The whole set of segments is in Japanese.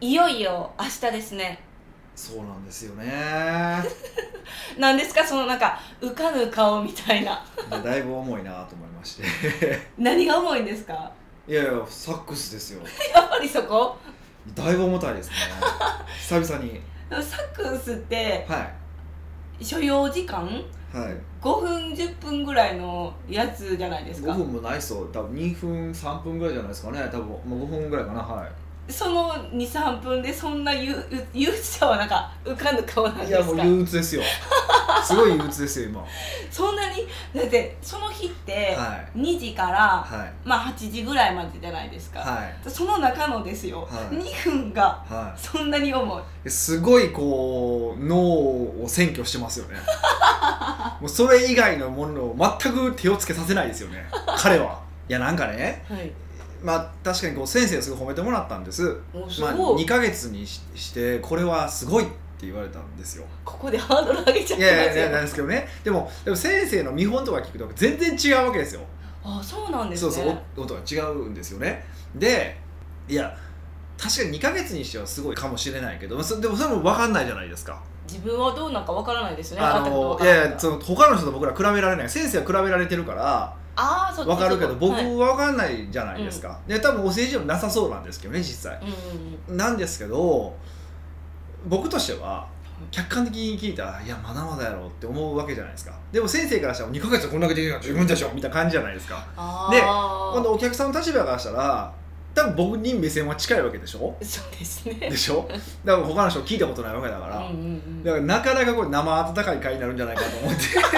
いよいよ明日ですね。 そうなんですよねなんですかそのなんか浮かぬ顔みたいなだいぶ重いなと思いまして何が重いんですか？ いやいやサックスですよ。 やっぱりそこだいぶ重たいですね久々に。 サックスっては所要時間いはい 5分10分ぐらいのやつじゃないですか。 5分もないっすよ。多分2分3分ぐらいじゃないですかね。多分、まあ、5分ぐらいかな。はいその 2,3 分でそんな憂鬱さはなんか浮かぬ顔なんですか？ いやもう憂鬱ですよすごい憂鬱ですよ今。 そんなにだってその日ってはい 2時から、 はいまあ8時ぐらいまでじゃないですか、 はいその中のですよ、 はい 2分がはそんなに重い。 いすごいこう脳を占拠してますよねもうそれ以外のものを全く手をつけさせないですよね彼は。いやなんかね、 はい、 まあ確かにこう先生すごい褒めてもらったんです。まあ、 もうすごい、 2ヶ月にしてこれはすごいって言われたんですよ。 ここでハードル上げちゃっいてますよ。 やいやいやなんですけどね。でも先生の見本とか聞くと全然違うわけですよ。 あ、そうなんですね。 そうそう音が違うんですよね。でいや確かに2ヶ月にしてはすごいかもしれないけど、でもそれも分かんないじゃないですか。 自分はどうなんかわからないですね。 いやいやその他の人と僕ら比べられない。先生は比べられてるからそっち分かるけど僕はい、 は分かんないじゃないですか、で多分教え上なさそうなんですけどね実際、なんですけど僕としては客観的に聞いたらいやまだまだやろうって思うわけじゃないですか。でも先生からしたら2ヶ月こんだけできるのは十分でしょみたいな感じじゃないですか。で今度お客さんの立場からしたら多分僕に目線は近いわけでしょ。 そうですね。 でしょ。だから他の人聞いたことないわけだから、だからなかなかこれ生温かい回になるんじゃないかと思って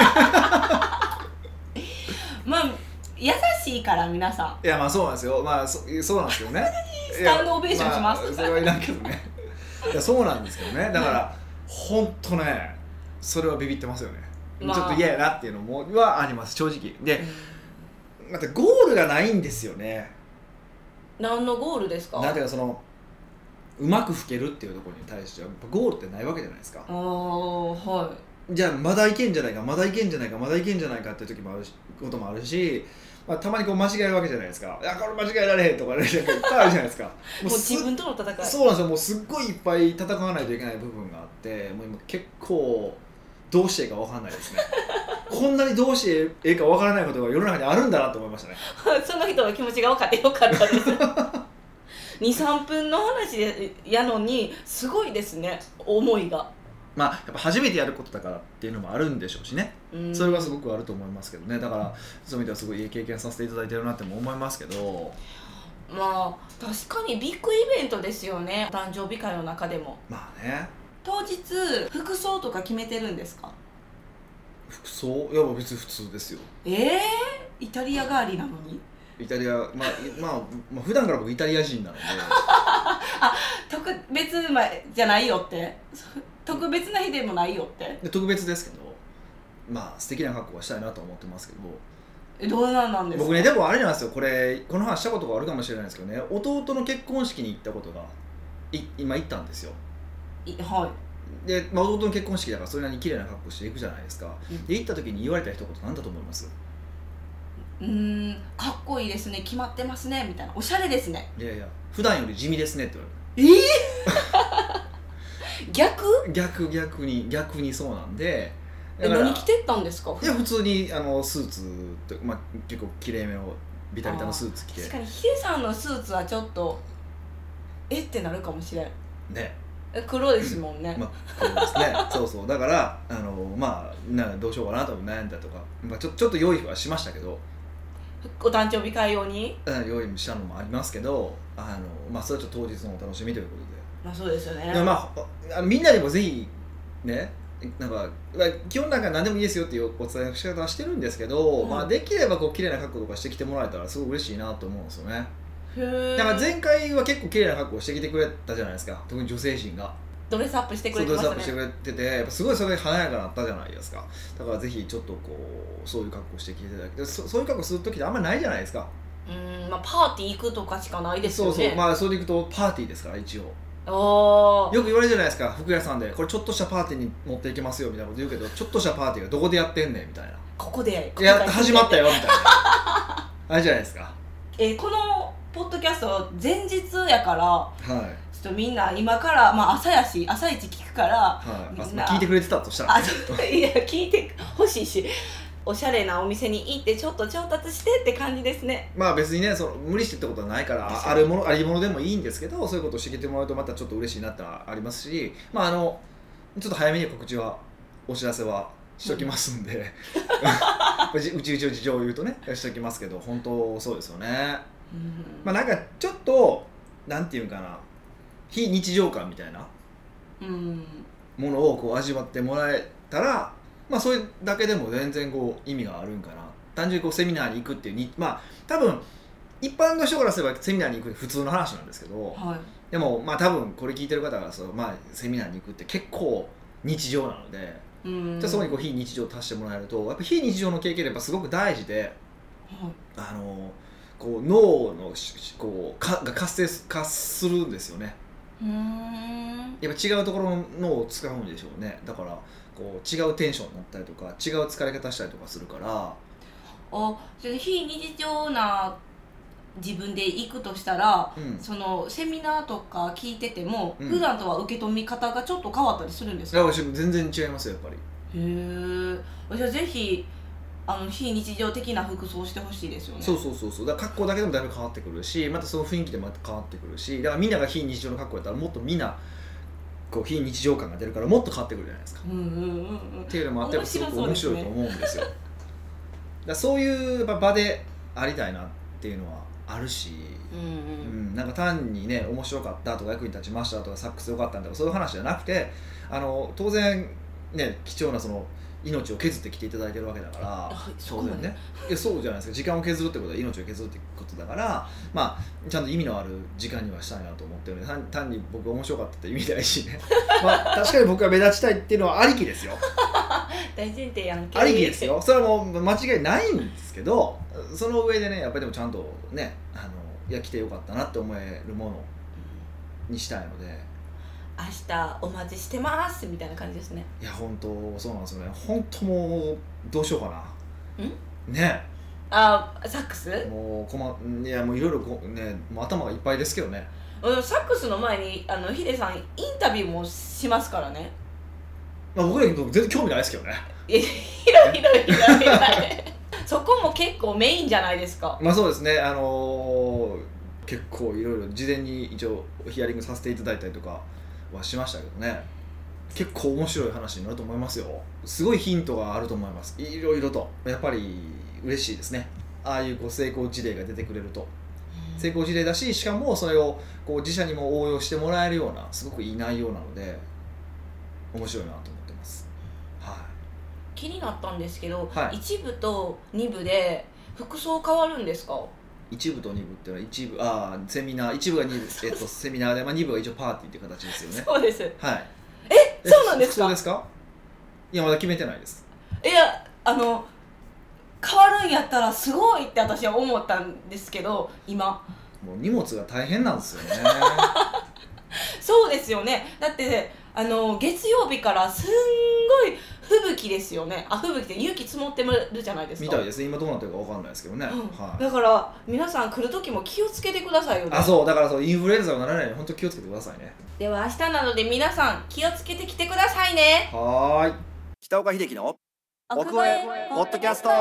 まあ優しいから皆さんいやまあそうなんですよ。まあそうなんですよねスタンドオベーションします。 いや、まあ、それはいらんけどねいやそうなんですけどね。だからほんとねそれはビビってますよね、ちょっと嫌やなっていうのもはあります正直で、またゴールがないんですよね。 何のゴールですか？ なんていうかそのうまく吹けるっていうところに対してはやっぱゴールってないわけじゃないですか。 はい。 じゃあまだいけんじゃないかまだいけんじゃないかまだいけんじゃないかっていう時もあるしこともあるし、まあ、たまにこう間違えるわけじゃないですか。いやこれ間違えられへんとかねいっぱいあるじゃないですかもう自分との戦い。 そうなんですよ。もうすっごいいっぱい戦わないといけない部分があってもう今結構どうしていいか分かんないですねこんなにどうしていいか分からないことが世の中にあるんだなと思いましたねその人の気持ちが分かってよかったです2,3 分の話でやのにすごいですね思いが。 まあやっぱ初めてやることだからっていうのもあるんでしょうしね、それはすごくあると思いますけどね。だからそういう意味ではすごいいい経験させていただいてるなっても思いますけど、 まあ確かにビッグイベントですよね、誕生日会の中でも。 まあね当日服装とか決めてるんですか？ 服装いや別に普通ですよ。 イタリア帰りなのにイタリアまあ普段から僕イタリア人なので特別じゃないよって特別な日でもないよってで特別ですけどまあ素敵な格好はしたいなと思ってますけど、 どうなんですか？ 僕ねでもあれなんですよ。この話したことがあるかもしれないですけどね、弟の結婚式に行ったことが今行ったんですよ。 はい。 で、まあ、弟の結婚式だからそれなりに綺麗な格好していくじゃないですか、で行った時に言われた一言何だと思います？ かっこいいですね、決まってますねみたいな、おしゃれですね。 いやいや普段より地味ですねって言われる逆にそうなんで。 何着てったんですか？ いや普通にスーツって、まあ、結構きれいめのビタビタのスーツ着て。 確かにヒデさんのスーツはちょっとってなるかもしれんね。 黒ですもんね。 まあそうですねそうそうだからまあどうしようかなと悩んだとか、まあ、ちょっと用意はしましたけど、 お誕生日会用に用意したのもありますけどまあそれはちょっと当日のお楽しみということで。 まあそうですよね。 でまあみんなにもぜひねなんか基本なんか何でもいいですよっていうお伝えの仕方はしてるんですけど、まあできればこう綺麗な格好とかしてきてもらえたらすごい嬉しいなと思うんですよね。だから前回は結構綺麗な格好してきてくれたじゃないですか。特に女性陣がドレスアップしてくれてましたね。 ドレスアップしてくれててやっぱすごいそれが華やかになったじゃないですか。だからぜひちょっとこうそういう格好してきていただきて、そういう格好する時ってあんまりないじゃないですか。 まあパーティー行くとかしかないですよね。 そうまあそれでいくとパーティーですから一応。 よく言われるじゃないですか、服屋さんでこれちょっとしたパーティーに持っていけますよみたいなこと言うけど、ちょっとしたパーティーがどこでやってんねんみたいな、 ここで始まったよみたいなあれじゃないですか。 このポッドキャスト前日やからはいスちょっとみんな今から、まあ、朝一聞くから、 はい、聞いてくれてたとしたらいや聞いてほしいし、おしゃれなお店に行ってちょっと調達してって感じですね。 まあ別にね無理してってことはないからありものでもいいんですけど、そういうことをしてきてもらうとまたちょっと嬉しいなってのはありますし、まあちょっと早めに告知はお知らせはしときますんで、うちの事情を言うとねしときますけど、本当そうですよね。まあなんかちょっとなんていうかな、非日常感みたいなものをこう味わってもらえたら、まあそれだけでも全然こう意味があるんかな。単純にこうセミナーに行くっていうまあ多分一般の人からすればセミナーに行くって普通の話なんですけど、 はい、 でもまあ多分これ聞いてる方がまあ、セミナーに行くって結構日常なので、じゃあそこにこう非日常を足してもらえると、やっぱ非日常の経験ってやっぱすごく大事で、はい、こう脳のこうが活するんですよね。やっぱ違うところの脳を使うんでしょうね。だからこう違うテンションになったりとか違う疲れ方したりとかするから、 じゃあ非日常な自分で行くとしたら、そのセミナーとか聞いてても、普段とは受け止め方がちょっと変わったりするんですか？ 全然違いますよやっぱり。 へえ。じゃあぜひ非日常的な服装をしてほしいですよね。 そうだから格好だけでもだいぶ変わってくるし、またその雰囲気でも変わってくるし、だからみんなが非日常の格好やったらもっとみんなこう非日常感が出るからもっと変わってくるじゃないですか。っていうのもあってすごく面白いと思うんですよ。だからそういう場でありたいなっていうのはあるし、なんか単にね面白かったとか役に立ちましたとかサックス良かったんとかそういう話じゃなくて、当然ね貴重なその命を削ってきていただいてるわけだから、当然ね、そうじゃないですか。時間を削るってことは命を削るってことだから、まあちゃんと意味のある時間にはしたいなと思ってるので、単に僕面白かったって意味ないしねまあ確かに僕は目立ちたいっていうのはありきですよ大前提やんけ。 ありきですよ。それはもう間違いないんですけど、その上でねやっぱりでもちゃんとね来てよかったなって思えるものにしたいので、 明日お待ちしてますみたいな感じですね。 いや本当そうなんですよね。本当もうどうしようかな。ね。 サックス？ もういやもういろいろねもう頭がいっぱいですけどね。 サックスの前にヒデさんインタビューもしますからね。 まあ僕ら全然興味ないですけどね。 広いそこも結構メインじゃないですか。 まあそうですね。結構いろいろ事前に一応ヒアリングさせていただいたりとかはしましたけどね。結構面白い話になると思いますよ。すごいヒントがあると思います。いろいろとやっぱり嬉しいですね。ああいう成功事例が出てくれると、成功事例だし、しかもそれを自社にも応用してもらえるようなすごくいい内容なので面白いなと思ってます。はい。 気になったんですけど、1部と2部で服装変わるんですか？ 一部と二部っていうのはセミナー、一部がセミナーで、二部が一応パーティーっていう形ですよね。 そうです。 はい。 そうなんですか？ そうですか？いやまだ決めてないです。 いや変わるんやったらすごいって私は思ったんですけど、今もう荷物が大変なんですよねそうですよね。だって月曜日からすんごい吹雪ですよね。吹雪って雪積もってるじゃないですか。 みたいですね。今どうなってるかわかんないですけどね。 だから皆さん来る時も気をつけてくださいよね。 そうだからインフルエンザにならないように本当気をつけてくださいね。 では明日なので皆さん気をつけてきてくださいね。 はい。北岡秀樹の奥越えポッドキャスト。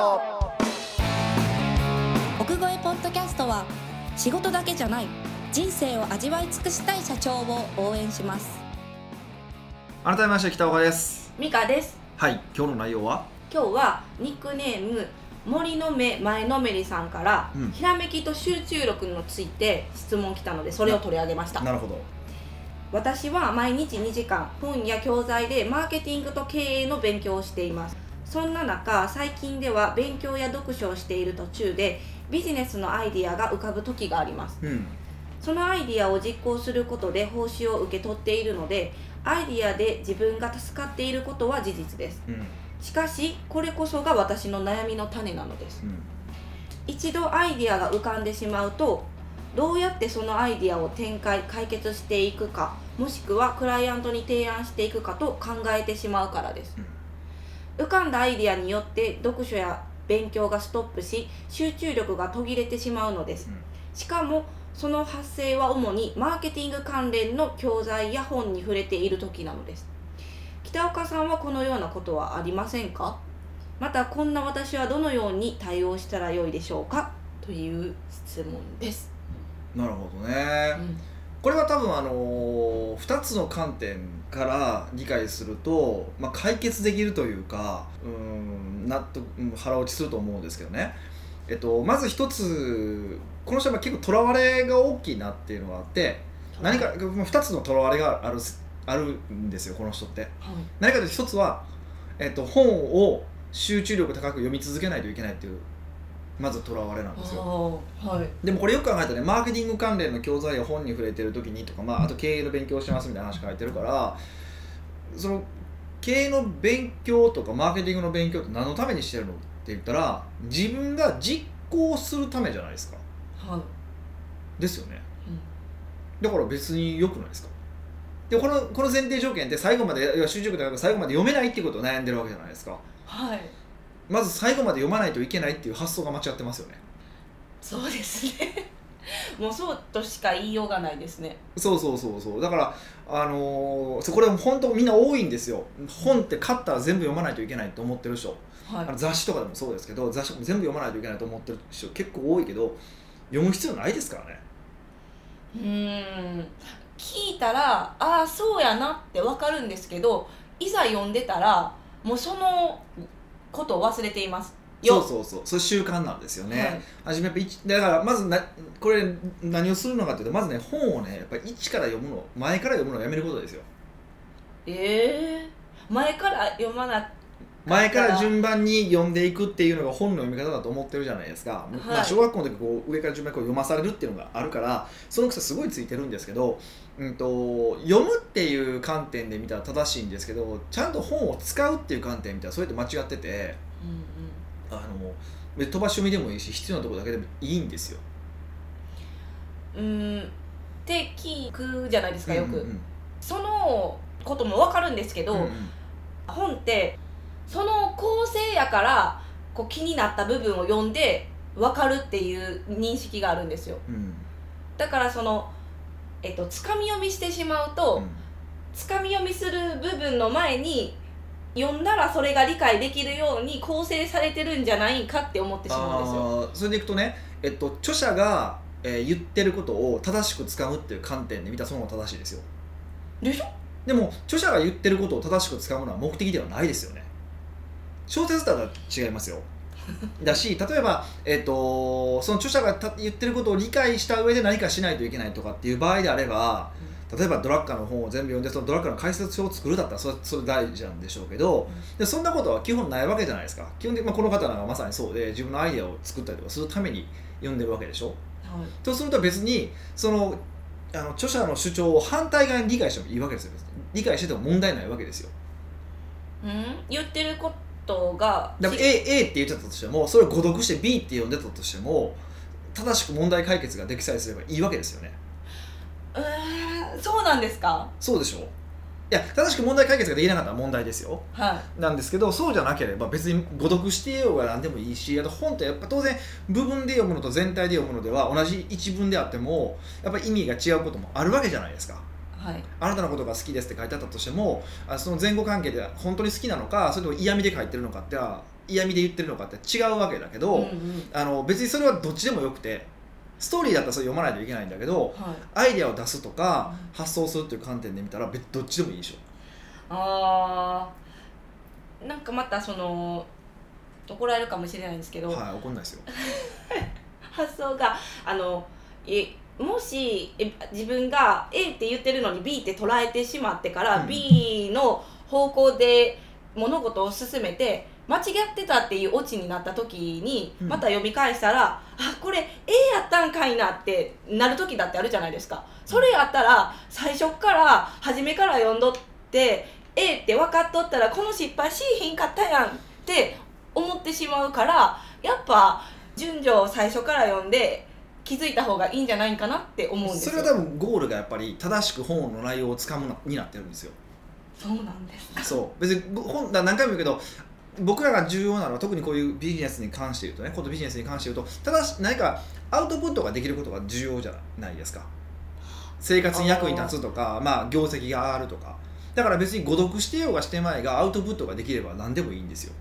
奥越えポッドキャストは仕事だけじゃない人生を味わい尽くしたい社長を応援します。 改めまして北岡です。 美香です。 はい。今日の内容はニックネーム森の目前のめりさんから、ひらめきと集中力について質問来たのでそれを取り上げました。 なるほど。 私は毎日2時間本や教材でマーケティングと経営の勉強をしています。そんな中最近では勉強や読書をしている途中でビジネスのアイディアが浮かぶ時があります、そのアイディアを実行することで報酬を受け取っているのでアイディアで自分が助かっていることは事実です、しかしこれこそが私の悩みの種なのです、一度アイディアが浮かんでしまうとどうやってそのアイディアを解決していくか、もしくはクライアントに提案していくかと考えてしまうからです、浮かんだアイディアによって読書や勉強がストップし集中力が途切れてしまうのです、しかもその発生は主にマーケティング関連の教材や本に触れている時なのです。北岡さんはこのようなことはありませんか？またこんな私はどのように対応したらよいでしょうか、という質問です。 なるほどね、これは多分2つの観点から理解すると、解決できるというか腹落ちすると思うんですけどね。まず一つ、この人は結構とらわれが大きいなっていうのがあって、何か2つのとらわれがあるんですよ、この人って。何かというと、一つは、本を集中力高く読み続けないといけないっていうまずとらわれなんですよ。でもこれよく考えたらね、マーケティング関連の教材や本に触れてる時にとか、あと経営の勉強してますみたいな話書いてるから、その経営の勉強とかマーケティングの勉強って何のためにしてるのって言ったら、自分が実行するためじゃないですか。ですよね、だから別に良くないですか。でこの前提条件って、最後まで集中力高く最後まで読めないっていうことを悩んでるわけじゃないですか。まず最後まで読まないといけないっていう発想が間違ってますよね。 そうですねもうそうとしか言いようがないですね。 そうだからこれ本当みんな多いんですよ。本って買ったら全部読まないといけないと思ってる人、雑誌とかでもそうですけど、雑誌も全部読まないといけないと思ってる人結構多いけど、読む必要ないですからね。 聞いたらああそうやなって分かるんですけど、いざ読んでたらもうそのことを忘れていますよ。 そういう習慣なんですよね。初めやっぱだからまずこれ何をするのかというと、まずね、本をねやっぱり一から読むの、前から読むのをやめることですよ。 前から読まな前から順番に読んでいくっていうのが本の読み方だと思ってるじゃないですか。小学校の時上から順番に読まされるっていうのがあるから、その癖すごいついてるんですけど、読むっていう観点で見たら正しいんですけど、ちゃんと本を使うっていう観点で見たらそれって間違ってて、飛ばし読みでもいいし、必要なところだけでもいいんですよ。 って聞くじゃないですか、よく。そのことも分かるんですけど、本ってその構成やからこう気になった部分を読んで分かるっていう認識があるんですよ。だからつかみ読みしてしまうと、つかみ読みする部分の前に読んだらそれが理解できるように構成されてるんじゃないかって思ってしまうんですよ。 それでいくとね、著者が、言ってることを正しく使うっていう観点で見たらその方が正しいですよ。 でしょ？ でも著者が言ってることを正しく使うのは目的ではないですよね。小説だったら違いますよだし、例えば、その著者が言ってることを理解した上で何かしないといけないとかっていう場合であれば、例えばドラッカーの本を全部読んで、そのドラッカーの解説書を作るだったらそれ大事なんでしょうけど、でそんなことは基本ないわけじゃないですか。基本的に、この方なんかまさにそうで、自分のアイデアを作ったりとかするために読んでるわけでしょ。とすると別にその著者の主張を反対側に理解してもいいわけですよ。理解してても問題ないわけですよ。 言ってることがだから A って言ってたとしても、それを誤読して B って読んでたとしても、正しく問題解決ができさえすればいいわけですよね。 そうなんですか？ そうでしょ。いや、正しく問題解決ができなかったら問題ですよ、なんですけど、そうじゃなければ別に誤読してようが何でもいいし、あと本ってやっぱ当然部分で読むのと全体で読むのでは同じ一文であってもやっぱり意味が違うこともあるわけじゃないですか。あなたのことが好きですって書いてあったとしても、その前後関係で本当に好きなのか、それとも嫌味で書いてるのかって嫌味で言ってるのかって違うわけだけど、別にそれはどっちでもよくて、ストーリーだったらそれ読まないといけないんだけど、アイデアを出すとか発想するっていう観点で見たらどっちでもいいでしょ。 なんかまた怒られるかもしれないんですけど、 怒んないですよ発想がもし自分が A って言ってるのに B って捉えてしまってから、B の方向で物事を進めて間違ってたっていうオチになった時に、また読み返したら、これ A やったんかいなってなる時だってあるじゃないですか。それやったら最初から初めから読んどって A って分かっとったらこの失敗しひんかったやんって思ってしまうから、やっぱ順序を最初から読んで気づいた方がいいんじゃないかなって思うんですよ。 それは多分ゴールがやっぱり正しく本の内容をつかむのになってるんですよ。 そうなんですか。 そう別に何回も言うけど、僕らが重要なのは特にこういうビジネスに関して言うとね、ビジネスに関して言うと、何かアウトプットができることが重要じゃないですか。生活に役に立つとか、まあ、業績が上がるとか。だから別に誤読してようがしてまいがアウトプットができれば何でもいいんですよ。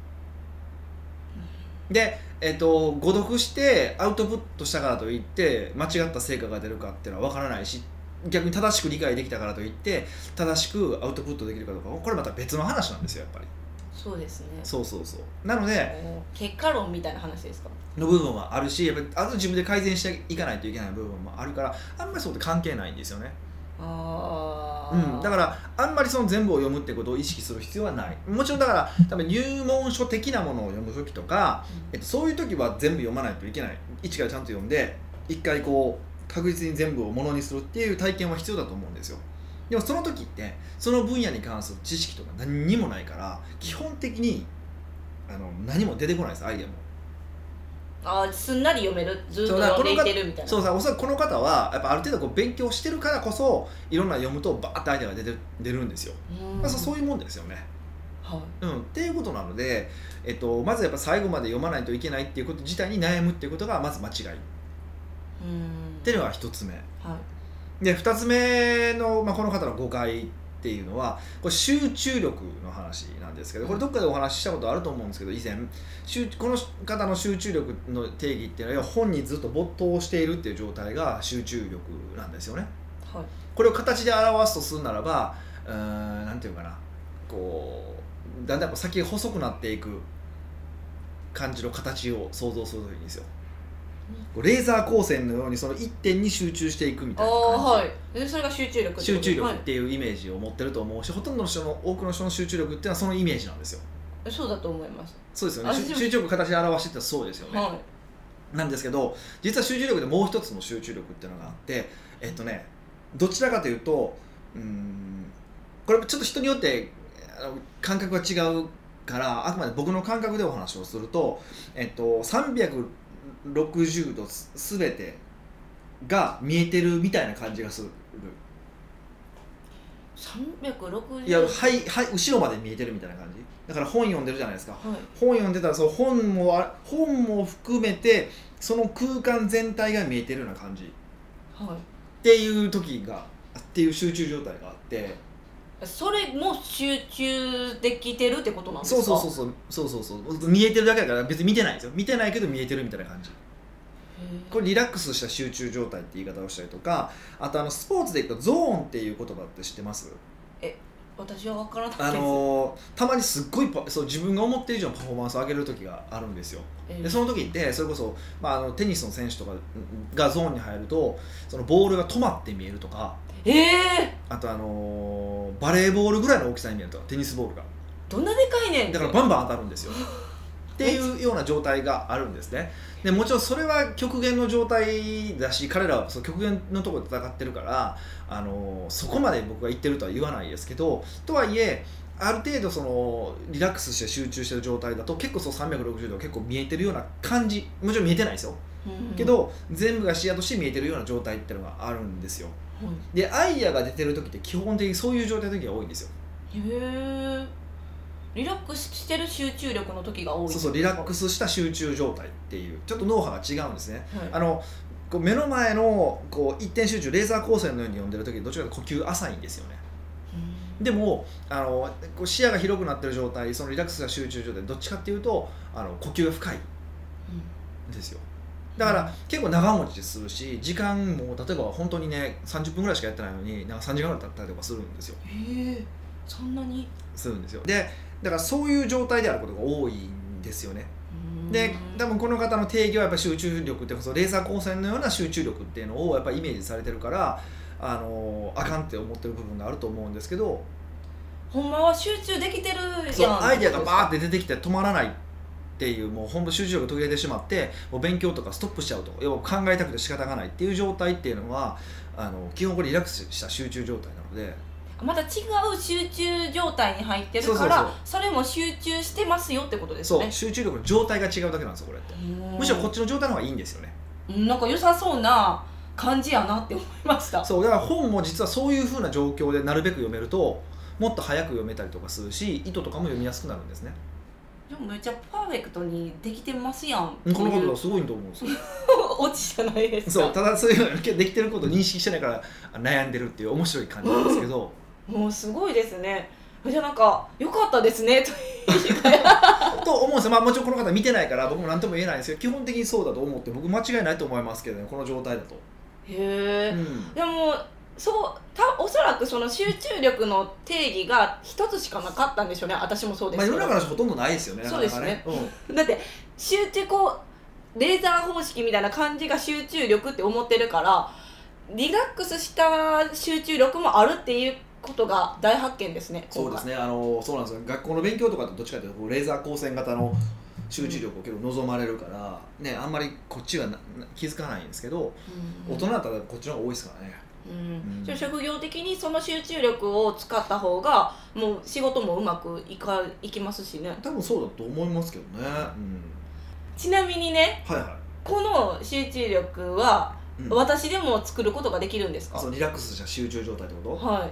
で、誤読してアウトプットしたからといって間違った成果が出るかっていうのは分からないし、逆に正しく理解できたからといって正しくアウトプットできるかどうか、これまた別の話なんですよ、やっぱり。 そうですね。 そうそうそう。なので結果論みたいな話ですかの部分はあるし、やっぱりあと自分で改善していかないといけない部分もあるから、あんまりそうって関係ないんですよね。だからあんまりその全部を読むってことを意識する必要はない。もちろんだから多分入門書的なものを読む時とか、そういう時は全部読まないといけない。一からちゃんと読んで一回こう確実に全部をものにするっていう体験は必要だと思うんですよ。でもその時ってその分野に関する知識とか何にもないから、基本的に何も出てこないです、アイデアも。 すんなり読める、ずっと読んでいけるみたいな。 そうさ、おそらくこの方はやっぱある程度こう勉強してるからこそいろんな読むとバーッとアイデアが出るんですよ。そういうもんですよね。っていうことなので、まずやっぱ最後まで読まないといけないっていうこと自体に悩むっていうことがまず間違いっていうのが一つ目。で2つ目の、この方の誤解っていうのはこれ集中力の話なんですけど、これどっかでお話ししたことあると思うんですけど、以前この方の集中力の定義っていうのは本にずっと没頭しているっていう状態が集中力なんですよね。これを形で表すとするならば、なんていうかな、こうだんだんこう先が細くなっていく感じの形を想像するといいんですよ。レーザー光線のようにその一点に集中していくみたいな感じ。 それが集中力。 集中力っていうイメージを持ってると思うし、ほとんどの人の多くの人の集中力っていうのはそのイメージなんですよ。 そうだと思います。 そうですよね。集中力形で表してったらそうですよね。なんですけど、実は集中力でもう一つの集中力っていうのがあって、どちらかというと、これちょっと人によって感覚が違うから、あくまで僕の感覚でお話をすると、360度すべてが見えてるみたいな感じがする。 360？ いや、後ろまで見えてるみたいな感じだから、本読んでるじゃないですか、本読んでたらその本も含めてその空間全体が見えてるような感じ、っていう時がっていう集中状態があって、 それも集中できてるってことなんですか？ そう見えてるだけだから別に見てないですよ。見てないけど見えてるみたいな感じ。これリラックスした集中状態って言い方をしたりとか、あとスポーツでいくとゾーンっていう言葉って知ってます？ 私は分からないです。 たまにすっごい自分が思っている以上のパフォーマンスを上げる時があるんですよ。でその時ってそれこそ、テニスの選手とかがゾーンに入るとそのボールが止まって見えるとか、あとバレーボールぐらいの大きさに見えるとか、テニスボールがどんなでかいねんだからバンバン当たるんですよっていうような状態があるんですね。でもちろんそれは極限の状態だし、彼らはその極限のところで戦ってるから、そこまで僕が言ってるとは言わないですけど、とはいえある程度そのリラックスして集中してる状態だと結構360度結構見えてるような感じ、もちろん見えてないですよ、けど全部が視野として見えてるような状態っていうのがあるんですよ。でアイデアが出てる時って基本的にそういう状態の時が多いんですよ。 リラックスしてる集中力の時が多い。 リラックスした集中状態っていうちょっと脳波が違うんですね。こう目の前のこう一点集中、レーザー光線のように読んでる時どちらかというと呼吸浅いんですよね。でもこう視野が広くなってる状態、そのリラックスした集中状態どっちかっていうと呼吸が深いんですよ。だから結構長持ちするし、時間も例えば本当にね30分ぐらいしかやってないのになんか3時間ぐらい経ったりとかするんですよ。 そんなにするんですよ。でだからそういう状態であることが多いんですよね。で多分この方の定義はやっぱ集中力ってレーザー光線のような集中力っていうのをやっぱイメージされてるからあかんって思ってる部分があると思うんですけど、 ほんまは集中できてるやん。アイデアがバーって出てきて止まらないっていう、もうほんと集中力が途切れてしまってもう勉強とかストップしちゃうと、要は考えたくて仕方がないっていう状態っていうのは基本これリラックスした集中状態なので、 また違う集中状態に入ってるからそれも集中してますよってことですね。 集中力の状態が違うだけなんですよこれって。むしろこっちの状態の方がいいんですよね。 なんか良さそうな感じやなって思いました。 だから本も実はそういう風な状況でなるべく読めるともっと早く読めたりとかするし、意図とかも読みやすくなるんですね。 でもめっちゃパーフェクトにできてますやん。 このことがすごいと思うんですよオチじゃないですか。 そう、ただそういうのできてることを認識してないから悩んでるっていう面白い感じなんですけど、 もうすごいですね。じゃあなんか良かったですねと思うんですよ。まあもちろんこの方見てないから僕も何とも言えないんですけど、基本的にそうだと思って僕間違いないと思いますけどね、この状態だと。 へえ、でもおそらくその集中力の定義が一つしかなかったんでしょうね。私もそうですけど、 まあ世の中の人ほとんどないですよね。 そうですね、 うん、 だって集中レーザー方式みたいな感じが集中力って思ってるから、リラックスした集中力もあるっていうことが大発見ですね。 そうですね、そうなんですよ。学校の勉強とかってどっちかというとレーザー光線型の集中力を結構望まれるから、ね、あんまりこっちは気づかないんですけど、大人だったらこっちの方が多いですからね。 職業的にその集中力を使った方がもう仕事もうまくいきますしね。 多分そうだと思いますけどね。 ちなみにね、 はいはい、 この集中力は私でも作ることができるんですか？ そのリラックスした集中状態ってこと？ はい。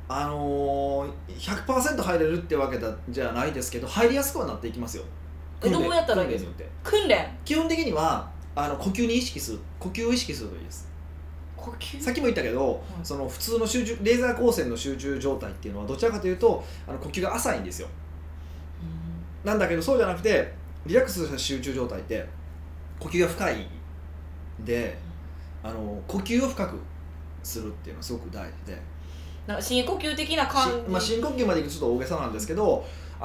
100% 入れるってわけじゃないですけど、入りやすくはなっていきますよ。 どうやったらいいですか？訓練。 基本的には呼吸を意識するといいです。 呼吸？ さっきも言ったけど、その普通のレーザー光線の集中状態っていうのはどちらかというと呼吸が浅いんですよ。なんだけどそうじゃなくて、リラックスした集中状態って呼吸が深いんで、呼吸を深くするっていうのはすごく大事で、 なんか深呼吸的な感じ、 深呼吸までいくとちょっと大げさなんですけど、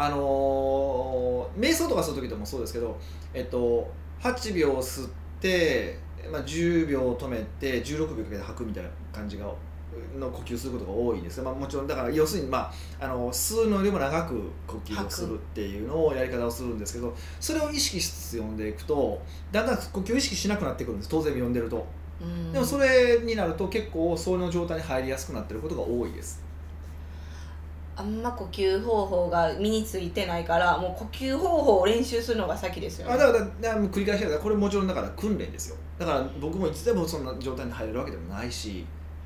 瞑想とかする時でもそうですけど、8秒吸って、10秒止めて16秒かけて吐くみたいな感じの呼吸することが多いです。もちろんだから要するに、吸うのよりも長く呼吸をするっていうのをやり方をするんですけど、それを意識しつつ読んでいくとだんだん呼吸を意識しなくなってくるんです。当然読んでると。でもそれになると結構その状態に入りやすくなってることが多いです。 あんま呼吸方法が身についてないから、もう呼吸方法を練習するのが先ですよね。 だから繰り返しだから、これもちろんだから訓練ですよ。だから僕もいつでもそんな状態に入れるわけでもないし、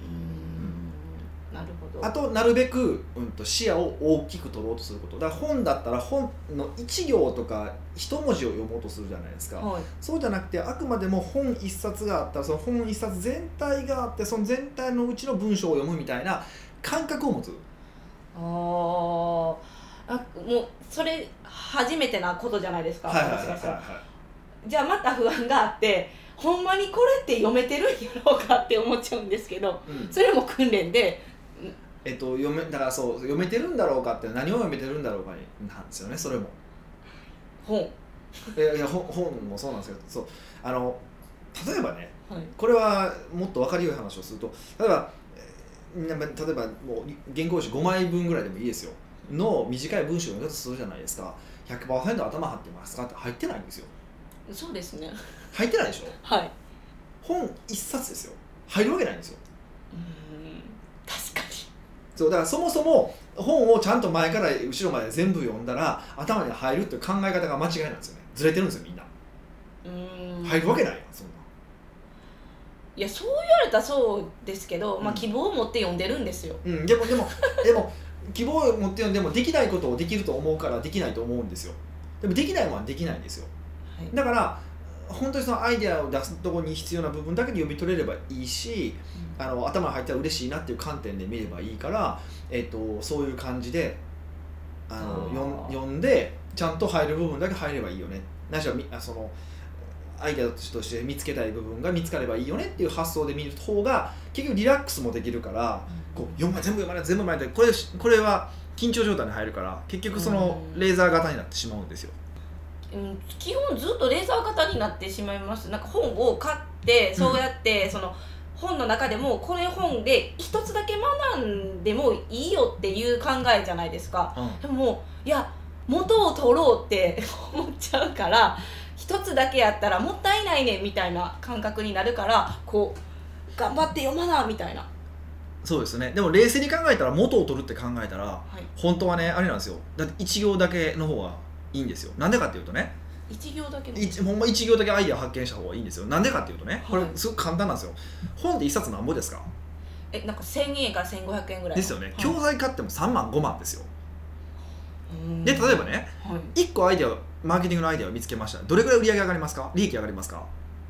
なるほど。 あとなるべく、視野を大きく取ろうとすること。だから本だったら本の1行とか1文字を読もうとするじゃないですか、はい、そうじゃなくてあくまでも本1冊があったらその本1冊全体があって、その全体のうちの文章を読むみたいな感覚を持つ。 もうそれ初めてなことじゃないですか。じゃあまた不安があって、ほんまにこれって読めてるんやろうかって思っちゃうんですけど、それも訓練で、 だから読めてるんだろうかって何を読めてるんだろうかなんですよね。それも本いや本もそうなんですけど、例えばね、これはもっと分かりよい話をすると、例えばもう原稿紙5枚分ぐらいでもいいですよの短い文章を読んだとするじゃないですか。 100% 頭張ってますかって入ってないんですよ。 そうですね、 入ってないでしょ。はい。本1冊ですよ。入るわけないんですよ。 確かに。 そうだからそもそも本をちゃんと前から後ろまで全部読んだら頭に入るっていう考え方が間違いなんですよね。ずれてるんですよみんな。入るわけないやんそんな。 いや、そう言われたらそうですけど、希望を持って読んでるんですよ。 でも希望を持って読んでもできないことをできると思うからできないと思うんですよ。でもできないものはできないんですよ、はい、だから本当にそのアイデアを出すところに必要な部分だけで読み取れればいいし、頭に入ったら嬉しいなっていう観点で見ればいいから、そういう感じで読んでちゃんと入る部分だけ入ればいいよね。ないしはそのアイデアとして見つけたい部分が見つかればいいよねっていう発想で見る方が結局リラックスもできるから、全部読まないでこれは緊張状態に入るから結局そのレーザー型になってしまうんですよ。 基本ずっとレーザー型になってしまいます。なんか本を買ってそうやって、その本の中でもこれ本で一つだけ学んでもいいよっていう考えじゃないですか、でもいや元を取ろうって思っちゃうから、一つだけやったらもったいないねみたいな感覚になるから、頑張って読まなみたいな。 そうですね。でも冷静に考えたら元を取るって考えたら、本当はねあれなんですよ。だって1行だけの方がいいんですよ。なんでかっていうとね、 1行だけほんま1行だけアイデア発見した方がいいんですよ。なんでかっていうとね、これすごく簡単なんですよ。本って1冊なんぼですか？ なんか1000円から1500円ぐらいですよね。教材買っても3万5万ですよ。で例えばね、1個マーケティングのアイデアを見つけました。どれぐらい売り上げ上がりますか？利益上がりますか？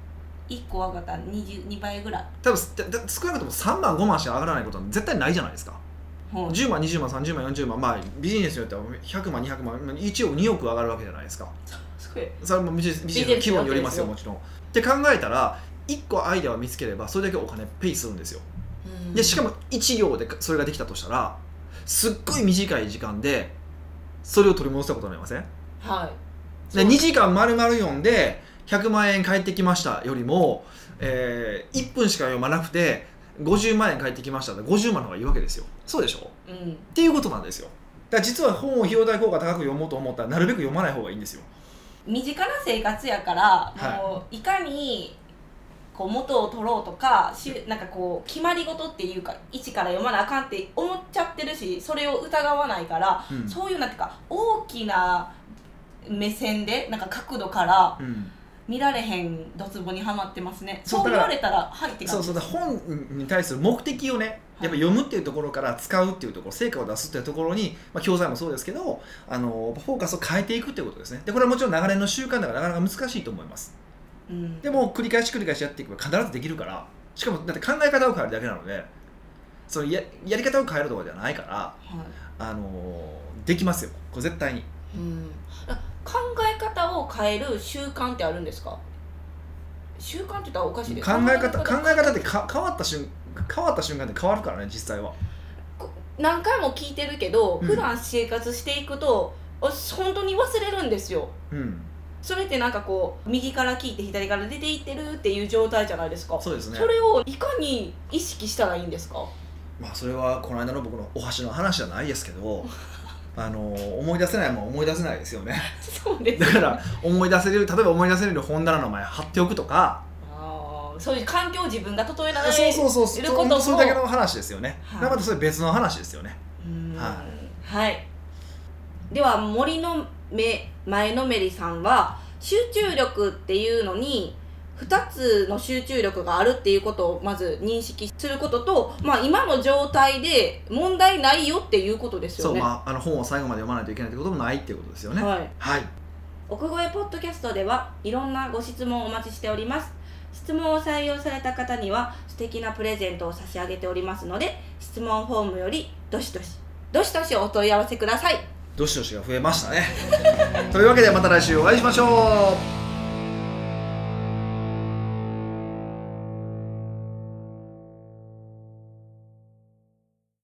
1個上がったら2倍ぐらい。 多分少なくとも3万5万しか上がらないことは絶対ないじゃないですか。10万20万30万40万、まあビジネスによっては100万200万1億2億上がるわけじゃないですか。それもビジネスの規模によりますよ、もちろん。って考えたら1個アイデアを見つければそれだけお金ペイするんですよ。でしかも1行でそれができたとしたらすっごい短い時間でそれを取り戻したことになりません？ はい。 で2時間丸々読んで100万円返ってきましたよりも、1分しか読まなくて50万円返ってきましたで50万の方がいいわけですよ。そうでしょ、っていうことなんですよ。だから実は本を費用対効果高く読もうと思ったらなるべく読まない方がいいんですよ。 身近な生活やからもういかにこう元を取ろうとかなんかこう決まり事っていうか一から読まなあかんって思っちゃってるし、それを疑わないから、そういうなんていうか大きな目線でなんか角度から見られへんドツボにはまってますね。そう言われたらはいって感じです。 本に対する目的をね、やっぱ読むっていうところから使うっていうところ、成果を出すっていうところに、教材もそうですけどフォーカスを変えていくっていうことですね。でこれはもちろん流れの習慣だからなかなか難しいと思います。でも繰り返しやっていけば必ずできるから。しかもだって考え方を変えるだけなので、その やり方を変えるとかじゃないから、できますよ、これ絶対に。 考え方を変える習慣ってあるんですか？習慣って言ったらおかしいです。 考え方って変わった瞬間って変わるからね、実際は。 何回も聞いてるけど、普段生活していくと本当に忘れるんですよ。それってなんかこう右から聞いて左から出ていってるっていう状態じゃないですか。 そうですね。 それをいかに意識したらいいんですか？ それはこの間の僕のお箸の話じゃないですけど思い出せないもん思い出せないですよね。 そうです、ね、 だから例えば思い出せる本棚の前貼っておくとか、 そういう環境を自分が整えられることもそれだけの話ですよね。またそれ別の話ですよね。 はい。では森の前のめりさんは集中力っていうのに2つの集中力があるっていうことをまず認識することと、今の状態で問題ないよっていうことですよね。 そう、本を最後まで読まないといけないってこともないっていうことですよね。はい。 奥越ポッドキャストではいろんなご質問をお待ちしております。質問を採用された方には素敵なプレゼントを差し上げておりますので、質問フォームよりどしどしお問い合わせください。 どしどしが増えましたね。というわけでまた来週お会いしましょう。